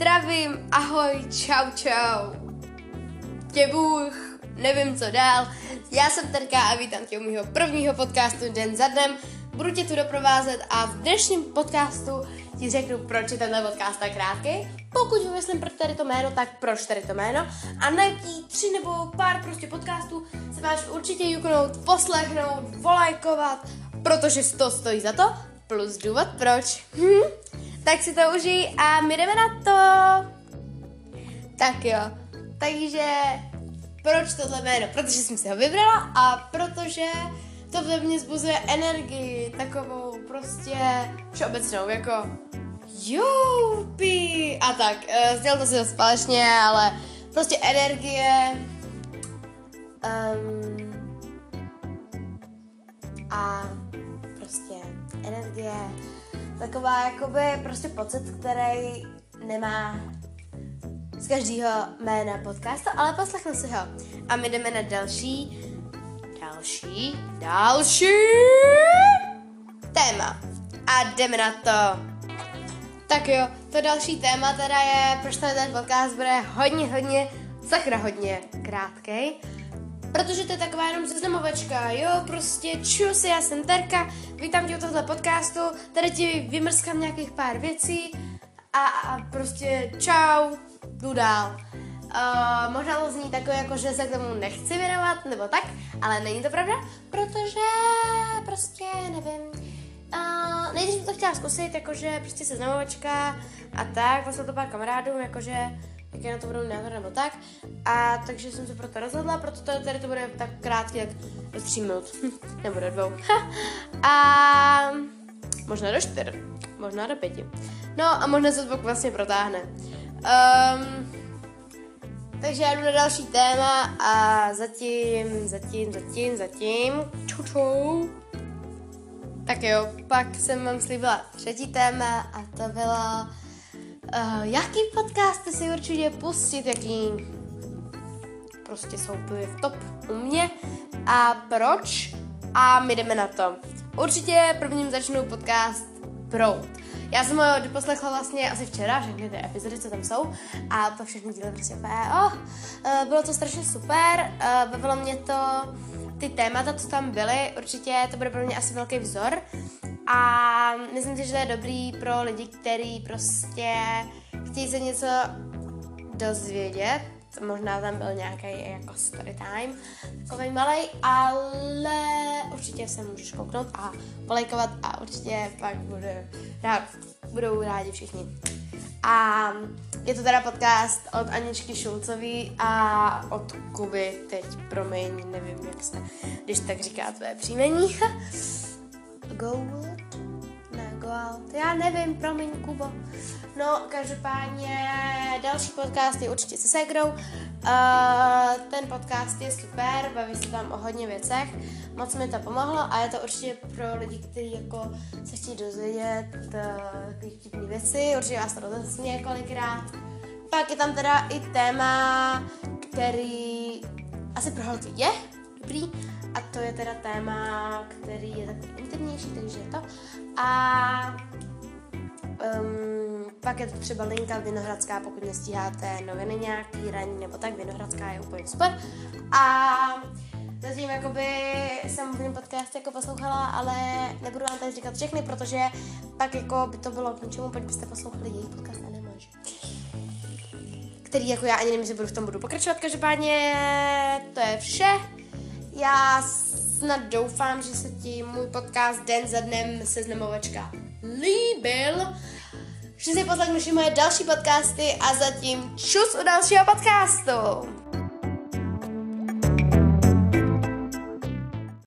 zdravím, ahoj, čau. Tě Bůh, nevím co dál. Já jsem Terka a vítám tě u mýho prvního podcastu Den za dnem. Budu tě tu doprovázet a v dnešním podcastu ti řeknu, proč je tenhle podcast tak krátký. Pokud vymyslím pro tady to jméno, tak proč tady to jméno. A na jaký 3 nebo pár prostě podcastů se máš určitě juknout, poslechnout, volajkovat, protože to stojí za to, plus důvod proč. Tak si to užij a my jdeme na to. Tak jo, takže proč tohle jméno? Protože jsem si ho vybrala a protože to ve mně zbuzuje energii, takovou prostě všeobecnou, jako joupi a tak. Znělo to si dost falešně, ale prostě energie a prostě energie, taková jakoby prostě pocit, který nemá z každého jména podcastu, ale poslechnu si ho. A my jdeme na další téma. A jdeme na to. Tak jo, to další téma teda je, proč ten podcast bude hodně krátkej. Protože to je taková jenom seznamovačka, jo, prostě čus, já jsem Terka, vítám tě u tohle podcastu, tady ti vymrskám nějakých pár věcí a prostě čau, jdu dál. Možná to zní takové, jako že se k tomu nechci věnovat, nebo tak, ale není to pravda, protože prostě nevím. Nejdřív jsem to chtěla zkusit, jakože prostě seznamovačka a tak, vlastně to pár kamarádům, jakože jaký na to budou názor nebo tak. A takže jsem se proto rozhodla, proto tady to bude tak krátký, jak do 3 minut, nebo do 2. A možná do 4, možná do 5. No a možná se to vlastně protáhne. Takže já jdu na další téma a zatím. Čau. Tak jo, pak jsem vám slíbila 3. téma a to bylo jaký podcasty si určitě pustit, jaký prostě jsou v top u mě a proč a my jdeme na to. Určitě prvním začnu podcast Proud. Já jsem ho doposlechla vlastně asi včera, všechny ty epizody, co tam jsou a to všechny díly prostě bylo to strašně super, bavilo mě to, ty témata, co tam byly, určitě to bude pro mě asi velký vzor a myslím si, že to je dobrý pro lidi, kteří prostě chtějí se něco dozvědět, možná tam byl nějaký jako story time, takovej malej, ale určitě se můžeš kouknout a polajkovat a určitě pak budou rádi všichni. A je to teda podcast od Aničky Šulcový a od Kuby, teď promiň, nevím jak se, když tak říká tvé příjmení. Goal, já nevím, promiň Kubo. No, každopádně další podcast je určitě se Segrou. Ten podcast je super, baví se tam o hodně věcech, moc mi to pomohlo a je to určitě pro lidi, kteří jako se chtějí dozvědět takové vtipné věci, určitě vás to rozesměje několikrát. Pak je tam teda i téma, který asi pro holky je dobrý a to je teda téma, který je takový intimnější, takže je to. A pak je to třeba linka Vinohradská, pokud nestíháte noviny nějaký ranní nebo tak, Vinohradská je úplně super. A zatím jakoby jsem v něm podcast jako poslouchala, ale nebudu vám tady říkat všechny, protože pak jako by to bylo k ničemu, pokud byste poslouchali jejich podcast a nemáš. Který jako já ani nevím, že budu pokračovat, každopádně to je vše. Já snad doufám, že se ti můj podcast Den za dnem seznamovačka líbil, že si poslechneš moje další podcasty a zatím čus u dalšího podcastu.